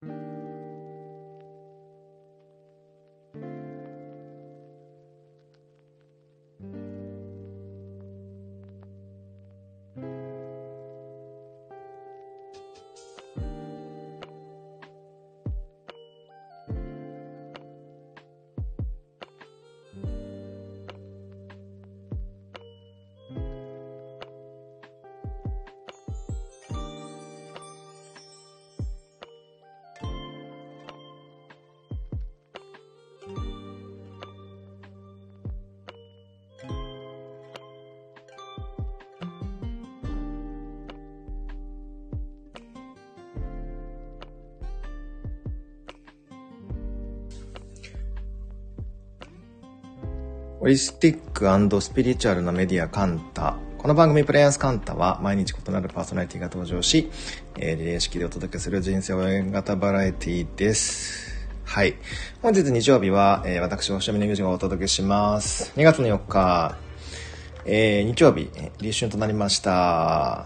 ホリスティック&スピリチュアルなメディアカンタ。この番組プレイヤースカンタは毎日異なるパーソナリティが登場し、リレー式でお届けする人生応援型バラエティです。はい。本日日曜日は、私、星読みのゆうじがお届けします。2月の4日、日曜日、立春となりました。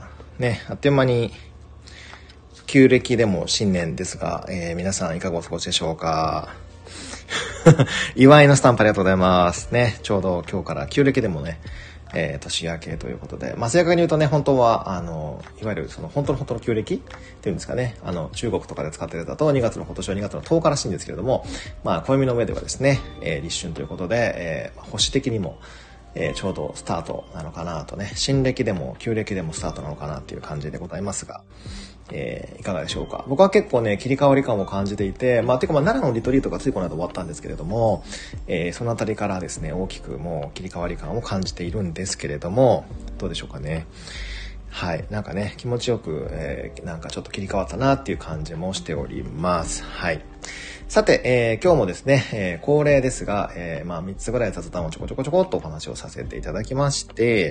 ね、あっという間に、旧暦でも新年ですが、皆さんいかがお過ごしでしょうか。祝いのスタンプありがとうございますね。ちょうど今日から旧暦でもね、年明けということで、正確に言うとね、本当はいわゆるその本当の旧暦っていうんですかね、中国とかで使ってるやつだと今年は2月の10日らしいんですけれども、暦の上ではですね、立春ということで、星的にもちょうどスタートなのかなとね、新暦でも旧暦でもスタートなのかなっていう感じでございますが、いかがでしょうか。僕は結構ね、切り替わり感を感じていて、てか奈良のリトリートがついこの間終わったんですけれども、そのあたりからですね、大きくもう切り替わり感を感じているんですけれども、どうでしょうかね。はい。なんかね、気持ちよく、なんかちょっと切り替わったなっていう感じもしております。はい。さて、今日もですね、恒例ですが、3つぐらい雑談をちょこちょっとお話をさせていただきまして、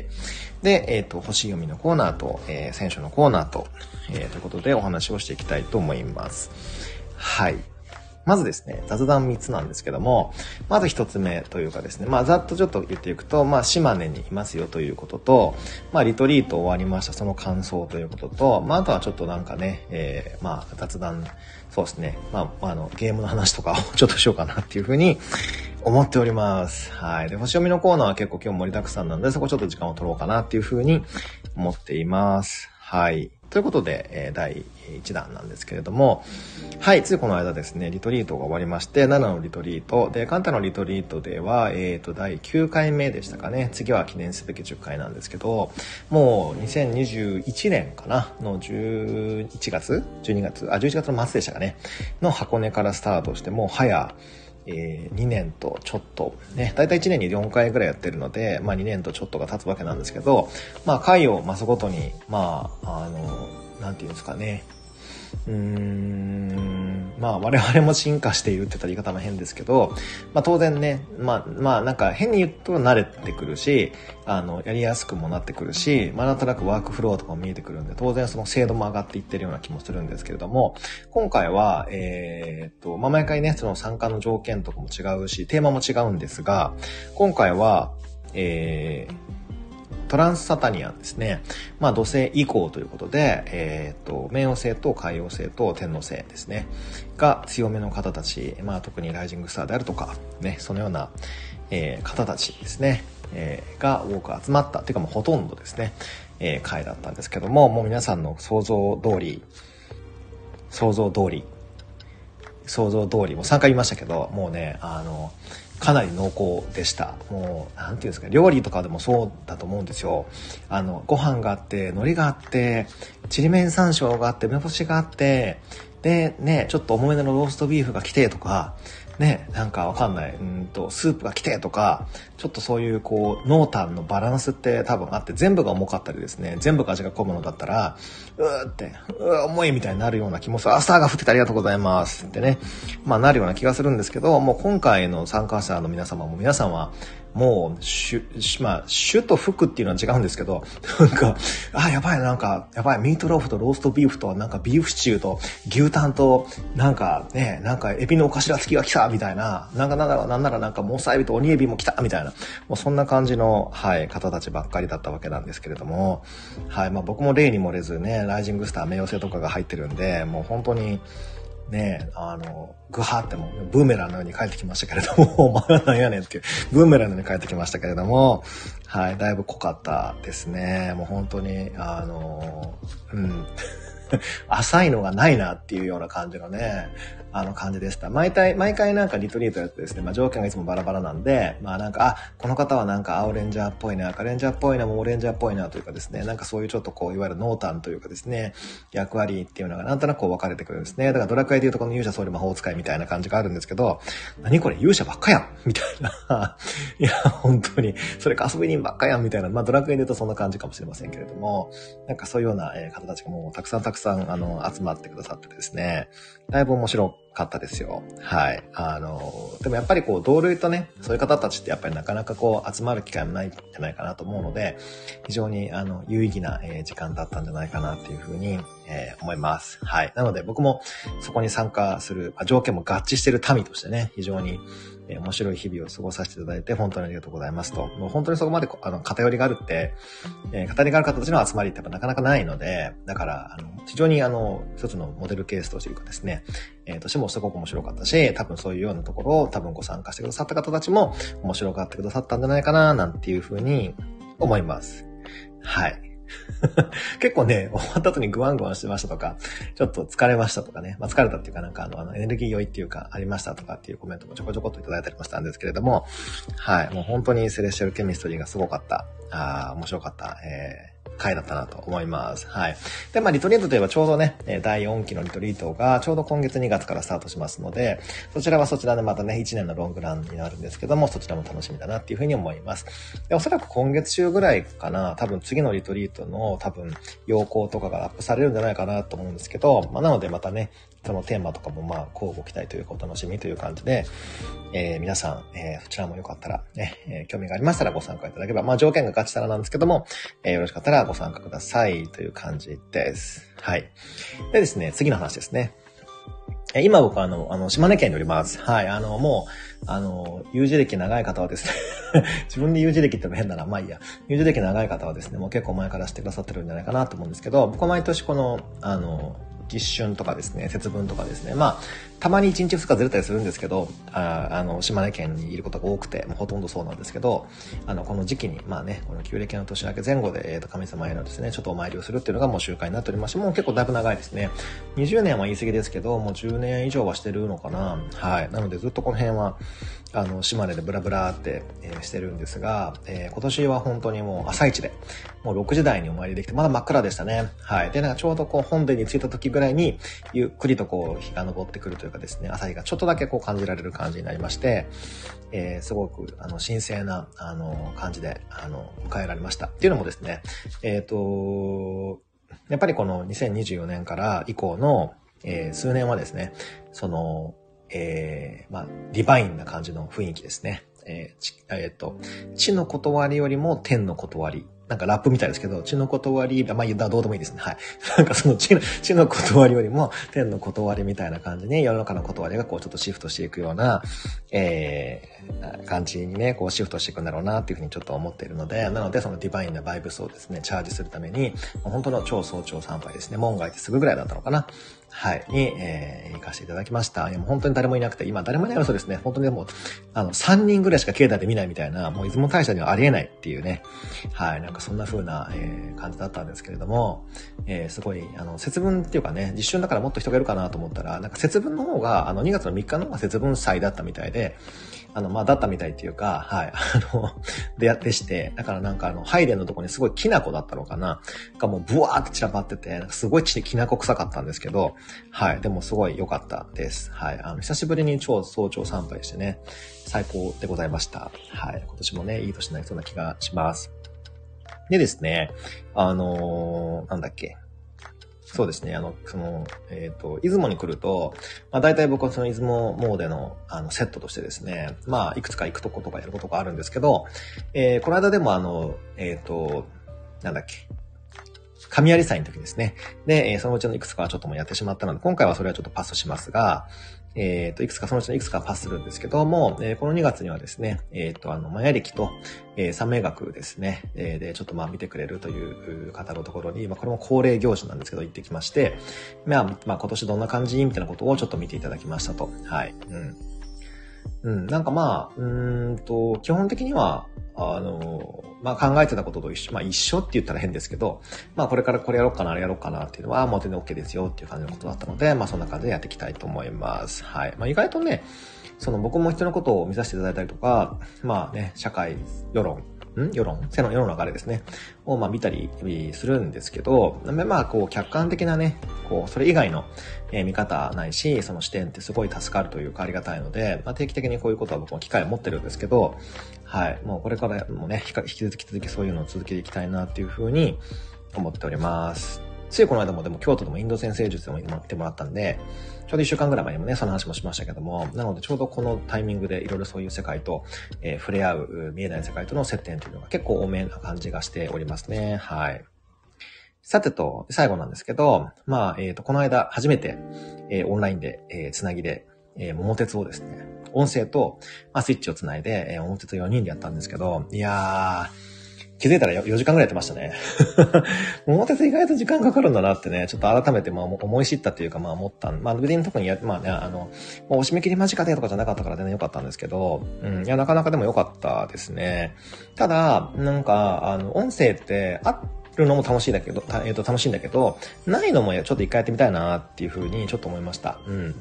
で、星読みのコーナーと、選手のコーナーと、ということでお話をしていきたいと思います。はい。まずですね、雑談3つなんですけども、まず1つ目というかですね、ざっとちょっと言っていくと、島根にいますよということと、リトリート終わりました、その感想ということと、あとはちょっとなんかね、雑談、そうですね、ゲームの話とかをちょっとしようかなっていうふうに思っております。はい。で、星読みのコーナーは結構今日盛りだくさんなので、そこちょっと時間を取ろうかなっていうふうに思っています。はい。ということで、第1弾なんですけれども、はい、ついこの間ですね、リトリートが終わりまして、7のリトリート、で、カンタのリトリートでは、第9回目でしたかね。次は記念すべき10回なんですけど、もう2021年かなの11月 ?12 月11月の末でしたかね。の箱根からスタートして、もう早、2年とちょっとね、だいたい1年に4回ぐらいやってるので、2年とちょっとが経つわけなんですけど、回を増すごとに、なんていうんですかね、我々も進化しているって言ったら言い方も変ですけど、当然ね、なんか変に言うと慣れてくるし、やりやすくもなってくるし、なんとなくワークフローとかも見えてくるんで、当然その精度も上がっていってるような気もするんですけれども、今回は、毎回ね、その参加の条件とかも違うし、テーマも違うんですが、今回は、トランスサタニアンですね。土星以降ということで、冥王星と海王星と天王星ですね。が強めの方たち、特にライジングスターであるとか、ね、そのような、方たちですね。が多く集まった。っていうかもうほとんどですね。回だったんですけども、もう皆さんの想像通り、もう3回言いましたけど、もうね、かなり濃厚でした。もう、なんていうんですか、料理とかでもそうだと思うんですよ。ご飯があって、海苔があって、ちりめん山椒があって、梅干しがあって、で、ね、ちょっと重めのローストビーフが来てとか、ね、なんかわかんない、スープが来てとか、ちょっとそういう濃淡のバランスって多分あって、全部が重かったりですね、全部が味が濃いものだったら、重いみたいになるような気もする。朝が降っててありがとうございますってね、なるような気がするんですけど、もう今回の参加者の皆さんはもう主と副っていうのは違うんですけど、やばい、ミートローフとローストビーフと、なんかビーフシチューと牛タンと、なんかエビのお頭付きが来たみたいな、なんならなんかモサエビとオニエビも来たみたいな、もうそんな感じの、方たちばっかりだったわけなんですけれども、僕も例に漏れずね、ライジングスター、冥王星とかが入ってるんで、もう本当に、 ね、ぐはーってもうブーメランのように帰ってきましたけれども、お前は何やねんっていう、ブーメランのように帰ってきましたけれども、はい、だいぶ濃かったですね。もう本当に、浅いのがないなっていうような感じのね、感じでした。毎回なんかリトリートやってですね、条件がいつもバラバラなんで、なんか、この方はなんか青レンジャーっぽいな、赤レンジャーっぽいな、モーレンジャーっぽいなというかですね、なんかそういうちょっとこう、いわゆる濃淡というかですね、役割っていうのがなんとなくこう分かれてくるんですね。だからドラクエでいうとこの勇者総理魔法使いみたいな感じがあるんですけど、何これ勇者ばっかやんみたいな。いや、本当に、それか遊び人ばっかやんみたいな、ドラクエで言うとそんな感じかもしれませんけれども、なんかそういうような方たちがもうたくさん集まってくださってですね、だいぶ面白かったですよ。はい。でもやっぱりこう、同類とね、そういう方たちってやっぱりなかなかこう、集まる機会もないんじゃないかなと思うので、非常に有意義な時間だったんじゃないかなっていうふうに思います。はい。なので僕もそこに参加する、条件も合致している民としてね、非常に面白い日々を過ごさせていただいて本当にありがとうございますと。もう本当にそこまで偏りがあるって、偏りがある方たちの集まりってやっぱなかなかないので、だから非常に一つのモデルケースというかですね、としてもすごく面白かったし、多分そういうようなところを多分ご参加してくださった方たちも面白がってくださったんじゃないかななんていうふうに思います。はい。結構ね、終わった後にグワングワンしてましたとか、ちょっと疲れましたとかね、疲れたっていうかなんかエネルギー酔いっていうかありましたとかっていうコメントもちょこちょこっといただいたりもしたんですけれども、はい、もう本当にセレシャルケミストリーがすごかった、面白かった、回だったなと思います。はい。で、リトリートといえばちょうどね、第4期のリトリートがちょうど今月2月からスタートしますので、そちらはそちらでまたね、1年のロングランになるんですけども、そちらも楽しみだなっていうふうに思います。で、おそらく今月中ぐらいかな、多分次のリトリートの要項とかがアップされるんじゃないかなと思うんですけど、なのでまたね、そのテーマとかも交互期待というかお楽しみという感じで、皆さん、そちらもよかったらね、興味がありましたらご参加いただければ、条件が合致したらなんですけども、よろしかったらご参加くださいという感じです。はい。でですね、次の話ですね。今僕は島根県におります。はい。もう、有事歴長い方はですね、自分で有事歴ってのも変だな。まあいいや。有事歴長い方はですね、もう結構前から知ってくださってるんじゃないかなと思うんですけど、僕は毎年この、立春とかですね、節分とかですね、たまに1日2日ずれたりするんですけど、島根県にいることが多くて、ほとんどそうなんですけど、この時期に、この旧暦の年明け前後で、神様へのですね、ちょっとお参りをするっていうのがもう習慣になっておりまして、もう結構だいぶ長いですね。20年は言い過ぎですけど、もう10年以上はしてるのかな。はい。なのでずっとこの辺は、島根でブラブラって、してるんですが、今年は本当にもう朝一で、もう6時台にお参りできて、まだ真っ暗でしたね。はい。で、ちょうど本殿に着いた時ぐらいに、ゆっくりと日が昇ってくるというかですね、朝日がちょっとだけ感じられる感じになりまして、すごく、神聖な、感じで、迎えられました。っていうのもですね、やっぱりこの2024年から以降の、数年はですね、ディバインな感じの雰囲気ですね。地の断りよりも天の断り。なんかラップみたいですけど、地の断り、どうでもいいですね。はい。なんかその地の断りよりも天の断りみたいな感じに世の中の断りがちょっとシフトしていくような、感じにね、シフトしていくんだろうなっていうふうにちょっと思っているので、なのでそのディバインなバイブスをですね、チャージするために、本当の超早朝参拝ですね。門外ってすぐぐらいだったのかな。はい。に、行かせていただきました。もう本当に誰もいなくて、今誰もいないのそうですね。本当にもう、3人ぐらいしか境内で見ないみたいな、もう出雲大社にはありえないっていうね。はい。なんかそんな風な、感じだったんですけれども、すごい、節分っていうかね、実春だからもっと人がいるかなと思ったら、なんか節分の方が、2月の3日の方が節分祭だったみたいで、だったみたいっていうか、はい、でして、だからなんか拝殿のとこにすごいきな粉だったのかながもうブワーって散らばってて、すごいきな粉臭かったんですけど、はい、でもすごい良かったです。はい、久しぶりに超早朝参拝してね、最高でございました。はい、今年もね、いい年になりそうな気がします。でですね、なんだっけ。そうですね。出雲に来ると、大体僕はその出雲詣の、セットとしてですね、いくつか行くとことかやることがあるんですけど、この間でもなんだっけ。 神有祭の時ですね。で、そのうちのいくつかはちょっともうやってしまったので、今回はそれはちょっとパスしますが、いくつか、そのうちのいくつかパスするんですけども、この2月にはですね、マヤ暦と、三名学ですね、で、ちょっと見てくれるという方のところに、これも恒例行事なんですけど、行ってきまして、今年どんな感じみたいなことをちょっと見ていただきましたと。はい。なんか基本的には、考えてたことと一緒、一緒って言ったら変ですけど、これからこれやろうかな、あれやろうかなっていうのは、もう全然 OK ですよっていう感じのことだったので、そんな感じでやっていきたいと思います。はい。意外とね、僕も人のことを見させていただいたりとか、社会、世論世の流れですね。を、見たりするんですけど、客観的なね、それ以外の、見方ないし、その視点ってすごい助かるというかありがたいので、定期的にこういうことは僕も機会を持ってるんですけど、はい。もうこれからもね、引き続きそういうのを続けていきたいなっていうふうに思っております。ついこの間もでも京都でもインド先生術でも見てもらったんで、ちょうど1週間ぐらい前にもね、その話もしましたけども、なのでちょうどこのタイミングでいろいろそういう世界と、触れ合う見えない世界との接点というのが結構多めな感じがしておりますね。はい。さてと、最後なんですけど、この間初めて、オンラインで、つなぎで、桃鉄をですね、音声と、スイッチをつないで、桃鉄4人でやったんですけど、いやー、気づいたら4時間ぐらいやってましたね。桃鉄意外と時間かかるんだなってね、ちょっと改めて思い知ったというか思った。別に特に締め切り間近でとかじゃなかったから全然良かったんですけど、いや、なかなかでも良かったですね。ただ、音声ってあるのも楽しいんだけど、楽しいんだけど、ないのもちょっと一回やってみたいなっていうふうにちょっと思いました。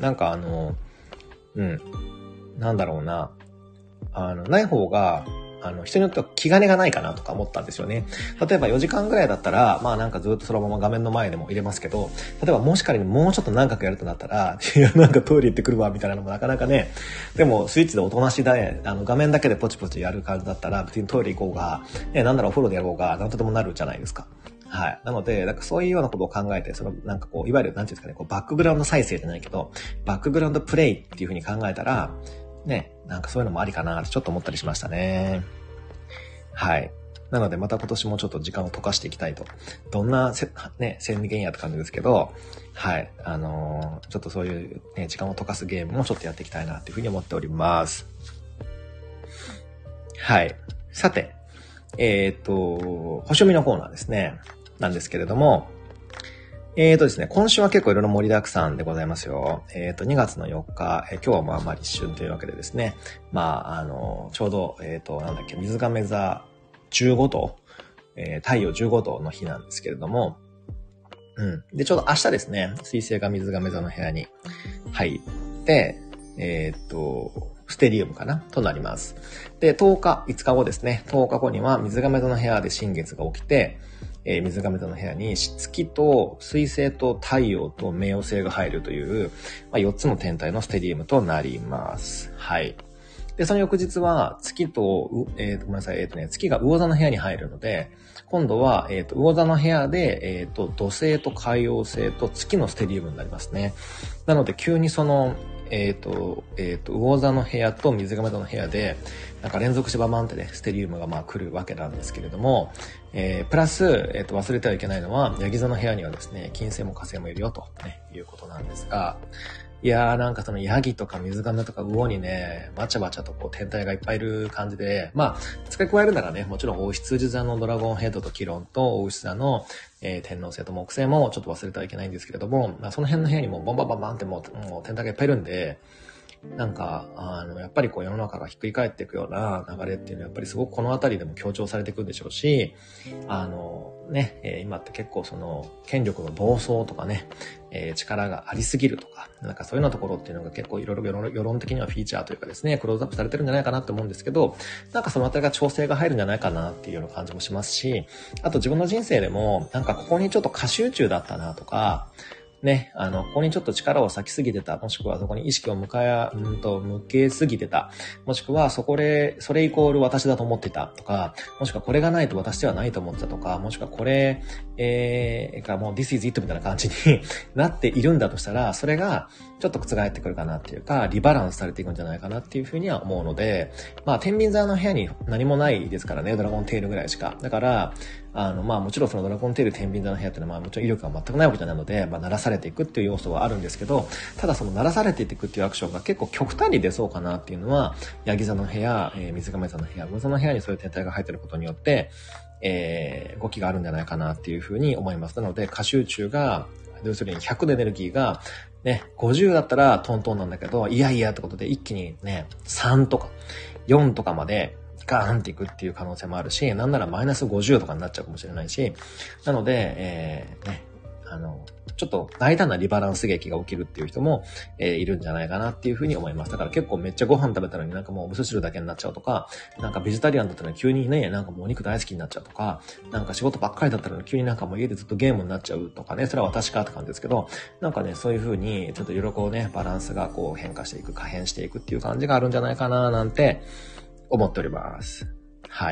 なんだろうな。ない方が、人によっては気兼ねがないかなとか思ったんですよね。例えば4時間ぐらいだったら、ずっとそのまま画面の前でも入れますけど、例えばもし仮にもうちょっと長くやるとなったら、いや、トイレ行ってくるわ、みたいなのもなかなかね、でもスイッチでおとなしで、画面だけでポチポチやる感じだったら、別にトイレ行こうが、お風呂でやろうが、なんとでもなるじゃないですか。はい。なので、そういうようなことを考えて、いわゆる、なんていうんですかね、バックグラウンド再生じゃないけど、バックグラウンドプレイっていう風に考えたら、ね、そういうのもありかなってちょっと思ったりしましたね。はい。なのでまた今年もちょっと時間を溶かしていきたいと。どんな宣言やって感じですけど、はい。ちょっとそういうね、時間を溶かすゲームもちょっとやっていきたいなっていうふうに思っております。はい。さて、星読みのコーナーですね。なんですけれども、ですね、今週は結構いろいろ盛りだくさんでございますよ。2月の4日、今日は立春というわけでですね、ちょうど、水亀座15度、太陽15度の日なんですけれども、で、ちょうど明日ですね、水星が水亀座の部屋に入って、ステリウムかなとなります。で、5日後ですね、10日後には水亀座の部屋で新月が起きて、水亀座の部屋に月と水星と太陽と冥王星が入るという、4つの天体のステリウムとなります。はい。で、その翌日は月と、月が魚座の部屋に入るので、今度は、魚座の部屋で、土星と海王星と月のステリウムになりますね。なので、急に魚座の部屋と水亀座の部屋で、連続してババンってね、ステリウムが来るわけなんですけれども、プラス、忘れてはいけないのは、ヤギ座の部屋にはですね、金星も火星もいるよと、いうことなんですが、いやーヤギとか水亀とか魚にね、バチャバチャと天体がいっぱいいる感じで、付け加えるならね、もちろん大羊座のドラゴンヘッドとキロンと大牛座の、天王星と木星もちょっと忘れてはいけないんですけれども、その辺の部屋にもバンバンバンバンってもう天体がいっぱいいるんで、やっぱり世の中がひっくり返っていくような流れっていうのはやっぱりすごくこのあたりでも強調されていくんでしょうし、今って結構権力の暴走とかね、力がありすぎるとか、そういうようなところっていうのが結構いろいろ世論的にはフィーチャーというかですね、クローズアップされてるんじゃないかなと思うんですけど、そのあたりが調整が入るんじゃないかなっていうような感じもしますし、あと自分の人生でもここにちょっと過集中だったなとか、ここにちょっと力を割きすぎてた、もしくはそこに意識を向けすぎてた、もしくはそれイコール私だと思ってたとか、もしくはこれがないと私ではないと思ってたとか、もしくはこれ、もう this is it みたいな感じになっているんだとしたら、それがちょっと覆ってくるかなっていうか、リバランスされていくんじゃないかなっていうふうには思うので、天秤座の部屋に何もないですからね、ドラゴンテールぐらいしか。だから、 もちろんそのドラゴンテール天秤座の部屋っていうのは、もちろん威力が全くないわけじゃないので、鳴らされていくっていう要素はあるんですけど、ただその鳴らされていくっていうアクションが結構極端に出そうかなっていうのは、ヤギ座の部屋、水亀座の部屋、魚座の部屋にそういう天体が入ってることによって、動きがあるんじゃないかなっていうふうに思います。なので、過集中が、要するに100でエネルギーが、ね、50だったらトントンなんだけど、いやいやってことで一気にね、3とか4とかまでガーンっていくっていう可能性もあるし、なんならマイナス50とかになっちゃうかもしれないし、なので、ちょっと大胆なリバランス劇が起きるっていう人も、いるんじゃないかなっていうふうに思います。だから結構めっちゃご飯食べたのになんかもうお味噌汁だけになっちゃうとか、なんかベジタリアンだったら急にね、なんかもうお肉大好きになっちゃうとか、なんか仕事ばっかりだったら急になんかもう家でずっとゲームになっちゃうとかね、それは私かって感じですけど、なんかね、そういうふうにちょっといろいろこうね、バランスがこう変化していく、可変していくっていう感じがあるんじゃないかななんて思っております。はい。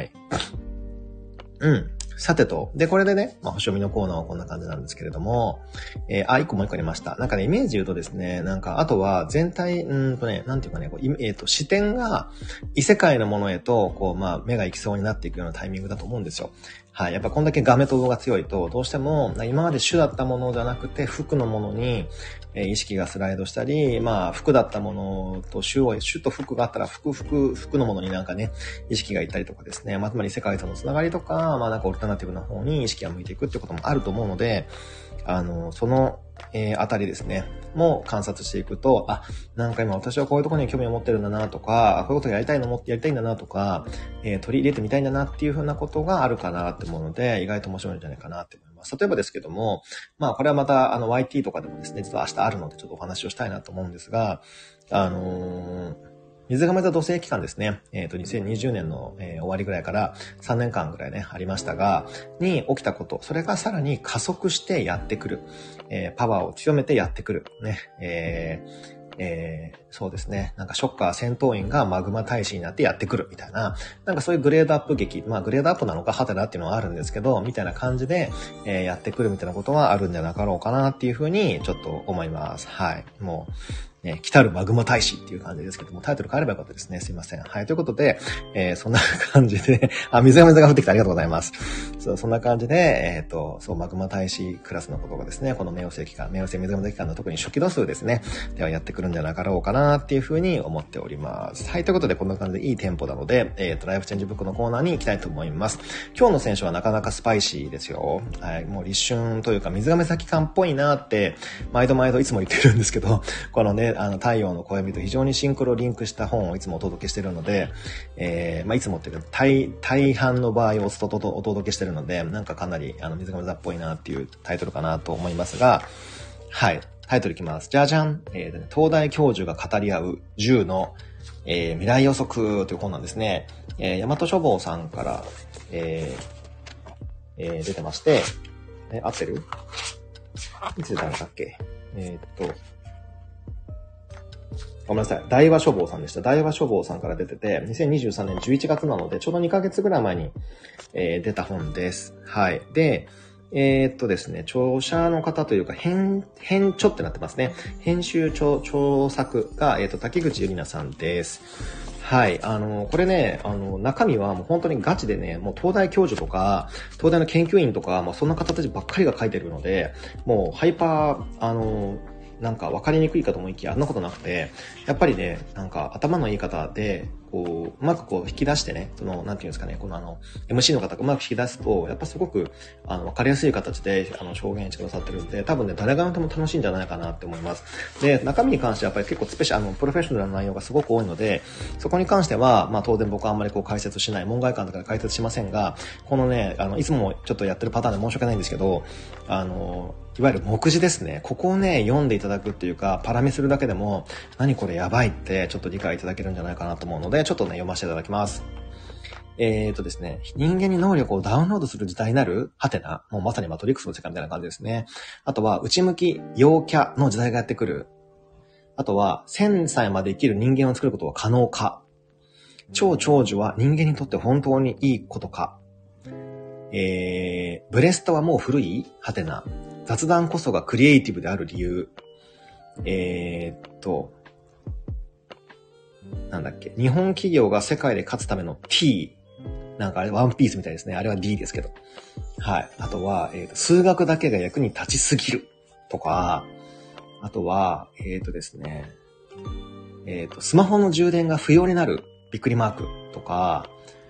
さてと。で、これでね、星読みのコーナーはこんな感じなんですけれども、一個もう一個ありました。なんかね、イメージ言うとですね、なんか、あとは全体、なんていうかね、視点が異世界のものへと、目が行きそうになっていくようなタイミングだと思うんですよ。はい。やっぱこんだけ画面と動が強いと、どうしても、今まで主だったものじゃなくて、服のものに、意識がスライドしたり、服だったものと主と服があったら、服のものになんかね、意識がいったりとかですね。つまり世界とのつながりとか、なんかオルタナティブな方に意識が向いていくってこともあると思うので、その、あたりですね、も観察していくと、なんか今私はこういうところに興味を持ってるんだなとか、こういうことやりたいんだなとか、取り入れてみたいんだなっていうふうなことがあるかなって思うので、意外と面白いんじゃないかなって思います。例えばですけども、これはまたYT とかでもですね、実は明日あるのでちょっとお話をしたいなと思うんですが、水亀座土星期間ですね。2020年の、終わりぐらいから3年間ぐらいね、ありましたが、に起きたこと、それがさらに加速してやってくる。パワーを強めてやってくる。ね。そうですね。なんかショッカー戦闘員がマグマ大使になってやってくるみたいな、なんかそういうグレードアップ劇、グレードアップなのかハテナっていうのはあるんですけど、みたいな感じで、やってくるみたいなことはあるんじゃなかろうかなっていうふうにちょっと思います。はい。もう、来たるマグマ大使っていう感じですけども、タイトル変えればよかったですね。すいません。はい。ということで、そんな感じで、水が降ってきてありがとうございます。そんな感じで、マグマ大使クラスのことがですね、この冥王星水亀座期間の特に初期度数ですね、ではやってくるんじゃなかろうかなっていうふうに思っております。はい。ということで、こんな感じでいいテンポなので、ライフチェンジブックのコーナーに行きたいと思います。今日の選手はなかなかスパイシーですよ。はい。もう立春というか水亀座期間っぽいなって、毎度いつも言ってるんですけど、このね、太陽の暦と非常にシンクロリンクした本をいつもお届けしてるので、いつもっていうか大半の場合をお届けしてるので、なんかかなり水亀座っぽいなっていうタイトルかなと思いますが、はい、タイトルいきます。じゃじゃん、東大教授が語り合う10の、未来予測という本なんですね。大和書房さんから、出てまして、合ってる？いつ出たんだっけ？ごめんなさい。大和書房さんでした。大和書房さんから出てて、2023年11月なので、ちょうど2ヶ月ぐらい前に、出た本です。はい。で、ですね、著者の方というか、編著ってなってますね。編集著作が、滝口ゆりなさんです。はい。これね、中身はもう本当にガチでね、もう東大教授とか、東大の研究員とか、そんな方たちばっかりが書いてるので、もうハイパー、なんか分かりにくいかと思いきや、あんなことなくて、やっぱりね、なんか頭のいい方で、うまく引き出してね、なんていうんですかね、MC の方がうまく引き出すと、やっぱすごく、分かりやすい形で、証言してくださってるんで、多分ね、誰が見ても楽しいんじゃないかなって思います。で、中身に関してはやっぱり結構プロフェッショナルな内容がすごく多いので、そこに関しては、当然僕はあんまり解説しない、門外漢だから解説しませんが、このね、いつもちょっとやってるパターンで申し訳ないんですけど、いわゆる目次ですね。ここをね、読んでいただくっていうか、パラ見するだけでも、何これやばいってちょっと理解いただけるんじゃないかなと思うので、ちょっとね、読ませていただきます。ですね、人間に能力をダウンロードする時代になるハテナ。もうまさにマトリックスの世界みたいな感じですね。あとは、内向き、陽キャの時代がやってくる。あとは、1000歳まで生きる人間を作ることは可能か。超長寿は人間にとって本当にいいことか。ブレストはもう古い？ハテナ。雑談こそがクリエイティブである理由。なんだっけ。日本企業が世界で勝つための T。 なんかあれ、ワンピースみたいですね。あれは D ですけど。はい。あとは、数学だけが役に立ちすぎるとか、あとは、ですね、スマホの充電が不要になるびっくりマークとか、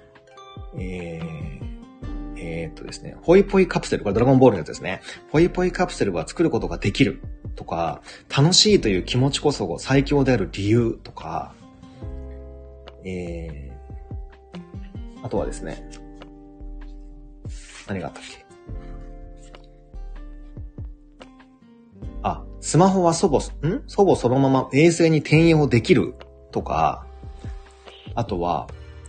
ですね、ホイポイカプセル、これドラゴンボールのやつですね。ホイポイカプセルは作ることができるとか、楽しいという気持ちこそ最強である理由とか、あとはですね、何があったっけ？スマホはそのまま衛星に転用できるとか、あとは、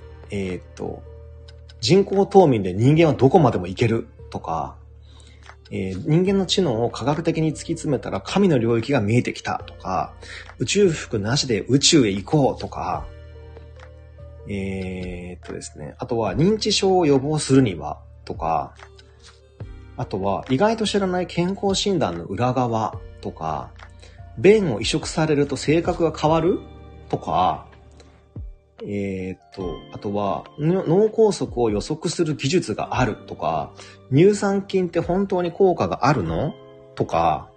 人工冬眠で人間はどこまでも行けるとか、人間の知能を科学的に突き詰めたら神の領域が見えてきたとか、宇宙服なしで宇宙へ行こうとか、ですね、あとは認知症を予防するにはとか、あとは意外と知らない健康診断の裏側とか、便を移植されると性格が変わるとか、あとは脳梗塞を予測する技術があるとか、乳酸菌って本当に効果があるのとか、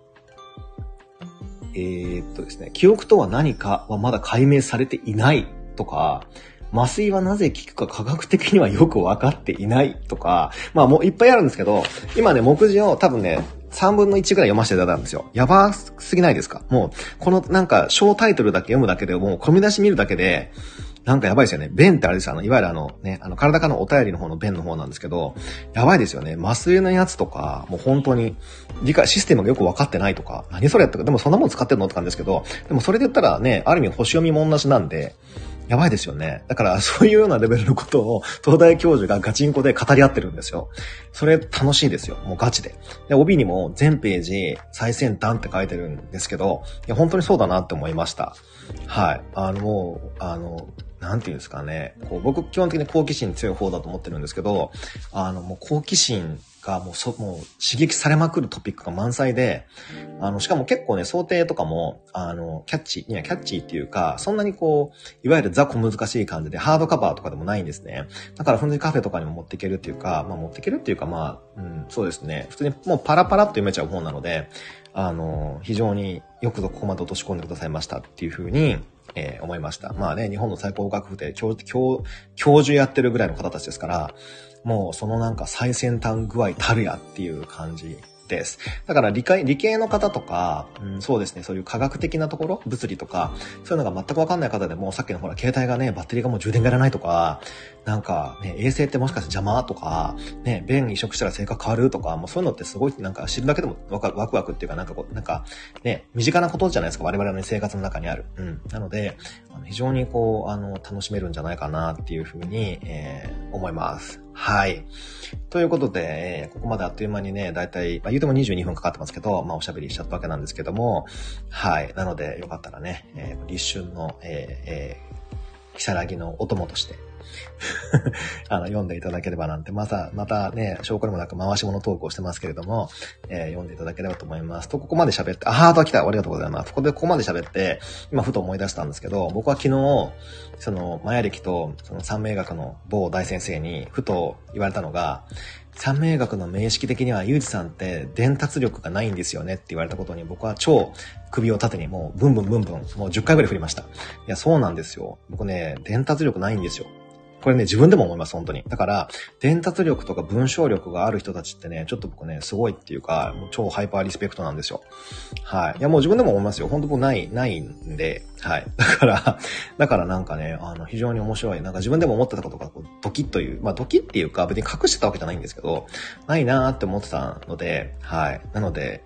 ですね、記憶とは何かはまだ解明されていないとか、麻酔はなぜ効くか科学的にはよく分かっていないとか、まあもういっぱいあるんですけど、今ね、目次を多分ね、3分の1くらい読ませていただいたんですよ。やばすぎないですか？もう、このなんか小タイトルだけ読むだけでもう込み出し見るだけで、なんかやばいですよね。便ってあれですよ。いわゆる体からのお便りの方の便の方なんですけど、やばいですよね。麻酔のやつとか、もう本当に、システムがよく分かってないとか、何それやったか、でもそんなもん使ってんのって感じですけど、でもそれで言ったらね、ある意味星読みも同じなんで、やばいですよね。だからそういうようなレベルのことを東大教授がガチンコで語り合ってるんですよ。それ楽しいですよ。もうガチで。で、帯にも全ページ最先端って書いてるんですけど、いや本当にそうだなって思いました。はい。なんていうんですかね。僕基本的に好奇心強い方だと思ってるんですけど、もう好奇心がもう刺激されまくるトピックが満載で、しかも結構ね、想定とかも、キャッチーっていうか、そんなにいわゆるザ小難しい感じで、ハードカバーとかでもないんですね。だから、普通にカフェとかにも持っていけるっていうか、そうですね。普通にもうパラパラっと読めちゃう本なので、非常によくぞここまで落とし込んでくださいましたっていう風に、思いました。まあね、日本の最高学府で教授やってるぐらいの方たちですから、もうそのなんか最先端具合たるやっていう感じです。だから理系の方とか、そうですね、そういう科学的なところ、物理とか、そういうのが全くわかんない方でも、さっきのほら、携帯がね、バッテリーがもう充電がいらないとか、なんかね、衛星ってもしかして邪魔とか、ね、便移植したら性格変わるとか、もうそういうのってすごいなんか知るだけでもワクワクっていうか、なんかね、身近なことじゃないですか、我々の生活の中にある。なので、非常に楽しめるんじゃないかなっていうふうに、思います。はい。ということで、ここまであっという間にね、だいたい、言うても22分かかってますけど、おしゃべりしちゃったわけなんですけども、はい。なので、よかったらね、立春の、きさらぎのお供として読んでいただければなんて、またね、証拠でもなく回し物トークをしてますけれども、読んでいただければと思いますと、ここまで喋って、ハート来た、ありがとうございます。ここまで喋って、今ふと思い出したんですけど、僕は昨日、マヤ暦と、三名学の某大先生に、ふと言われたのが、三名学の名式的には、ゆうじさんって伝達力がないんですよねって言われたことに、僕は超首を縦にもうブンブン、もう10回ぐらい振りました。いや、そうなんですよ。僕ね、伝達力ないんですよ。これね、自分でも思います、本当に。だから、伝達力とか文章力がある人たちってね、ちょっと僕ね、すごいっていうか、もう超ハイパーリスペクトなんですよ。はい。いや、もう自分でも思いますよ。本当僕ないんで、はい。だからなんかね、非常に面白い。なんか自分でも思ってたことが、ドキッという、ドキっていうか、別に隠してたわけじゃないんですけど、ないなーって思ってたので、はい。なので、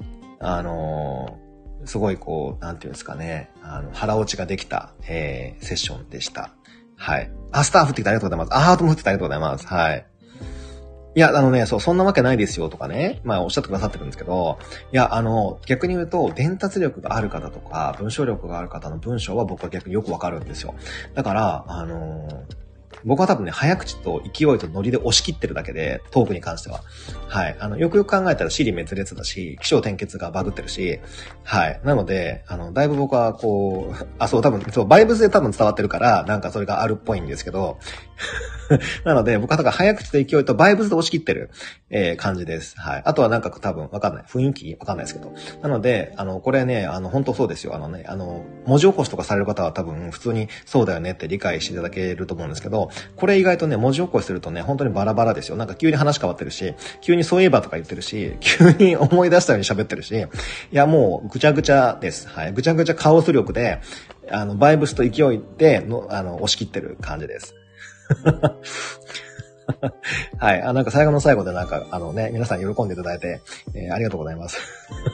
すごいなんていうんですかね、腹落ちができた、セッションでした。はい。スター降ってきてありがとうございます。ハートも降ってきてありがとうございます。はい。いや、そんなわけないですよとかね、おっしゃってくださってるんですけど、いや、逆に言うと、伝達力がある方とか、文章力がある方の文章は僕は逆によくわかるんですよ。だから、僕は多分ね、早口と勢いとノリで押し切ってるだけで、トークに関しては。はい。よくよく考えたら、支離滅裂だし、起承転結がバグってるし、はい。なので、だいぶ僕は多分、バイブスで多分伝わってるから、なんかそれがあるっぽいんですけど、 なので、僕はだから早口と勢いとバイブスで押し切ってる、感じです。はい。あとはなんか多分わかんない。雰囲気わかんないですけど。なので、これね、本当そうですよ。文字起こしとかされる方は多分普通にそうだよねって理解していただけると思うんですけど、これ意外とね、文字起こしするとね、本当にバラバラですよ。なんか急に話変わってるし、急にそういえばとか言ってるし、急に思い出したように喋ってるし、いやもうぐちゃぐちゃです。はい。ぐちゃぐちゃカオス力で、バイブスと勢いで押し切ってる感じです。はい。なんか最後の最後でなんか、皆さん喜んでいただいて、ありがとうございます。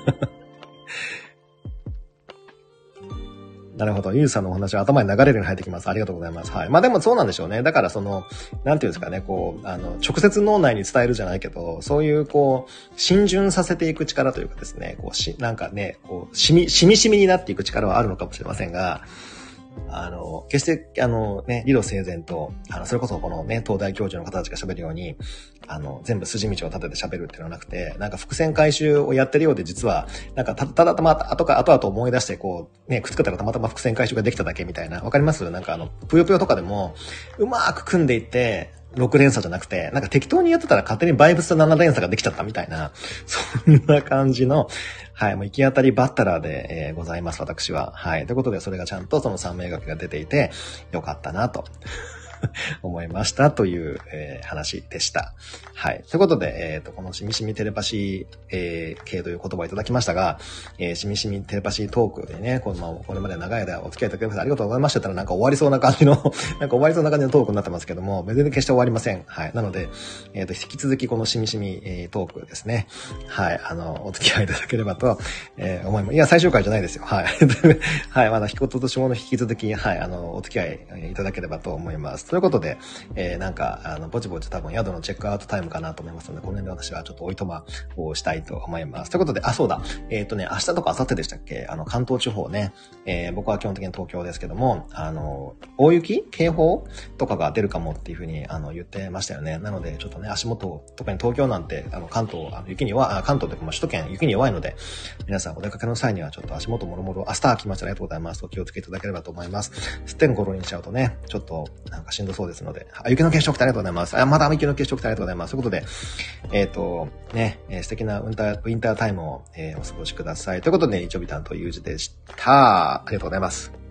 なるほど。ゆうさんのお話は頭に流れるように入ってきます。ありがとうございます。はい。まあでもそうなんでしょうね。だからなんていうんですかね、直接脳内に伝えるじゃないけど、そういう浸潤させていく力というかですね、なんかね、しみになっていく力はあるのかもしれませんが、決して、理路整然と、それこそこのね、東大教授の方たちが喋るように、全部筋道を立てて喋るっていうのはなくて、なんか伏線回収をやってるようで実は、なんかただ後々思い出して、くっつけたらたまたま伏線回収ができただけみたいな。わかります？なんかぷよぷよとかでも、うまーく組んでいって、6連鎖じゃなくて、なんか適当にやってたら勝手にバイブス7連鎖ができちゃったみたいな、そんな感じの、はい、もう行き当たりばったらで、ございます、私は。はい。ということで、それがちゃんとその三名学が出ていて、よかったなと。思いましたという、話でした。はい。ということで、このしみしみテレパシー、系という言葉をいただきましたが、しみしみテレパシートークでね、これまで長い間お付き合いいただきましてありがとうございましたったらなんか終わりそうな感じのトークになってますけども、別に決して終わりません。はい。なので、引き続きこのしみしみ、トークですね。はい。お付き合いいただければと、思います。いや、最終回じゃないですよ。はい。はい。まだ引き落とし物引き続き、はい。お付き合いいただければと思います。ということで、なんか、ぼちぼち多分宿のチェックアウトタイムかなと思いますので、この辺で私はちょっとおいとまをしたいと思います。ということで、そうだ。明日とか明後日でしたっけ？関東地方ね、僕は基本的に東京ですけども、大雪警報とかが出るかもっていうふうに、言ってましたよね。なので、ちょっとね、足元、特に東京なんて、関東というか、首都圏雪に弱いので、皆さんお出かけの際にはちょっと足元もろもろ、明日来ましたね。ありがとうございます。お気をつけいただければと思います。すってんころにしちゃうとね、ちょっと、なんかしんどそうですので、雪の結晶来てありがとうございます。また雪の結晶来てありがとうございます。ということで、素敵なウィンタータイムを、お過ごしください。ということで、一応ビタンという字でした。ありがとうございます。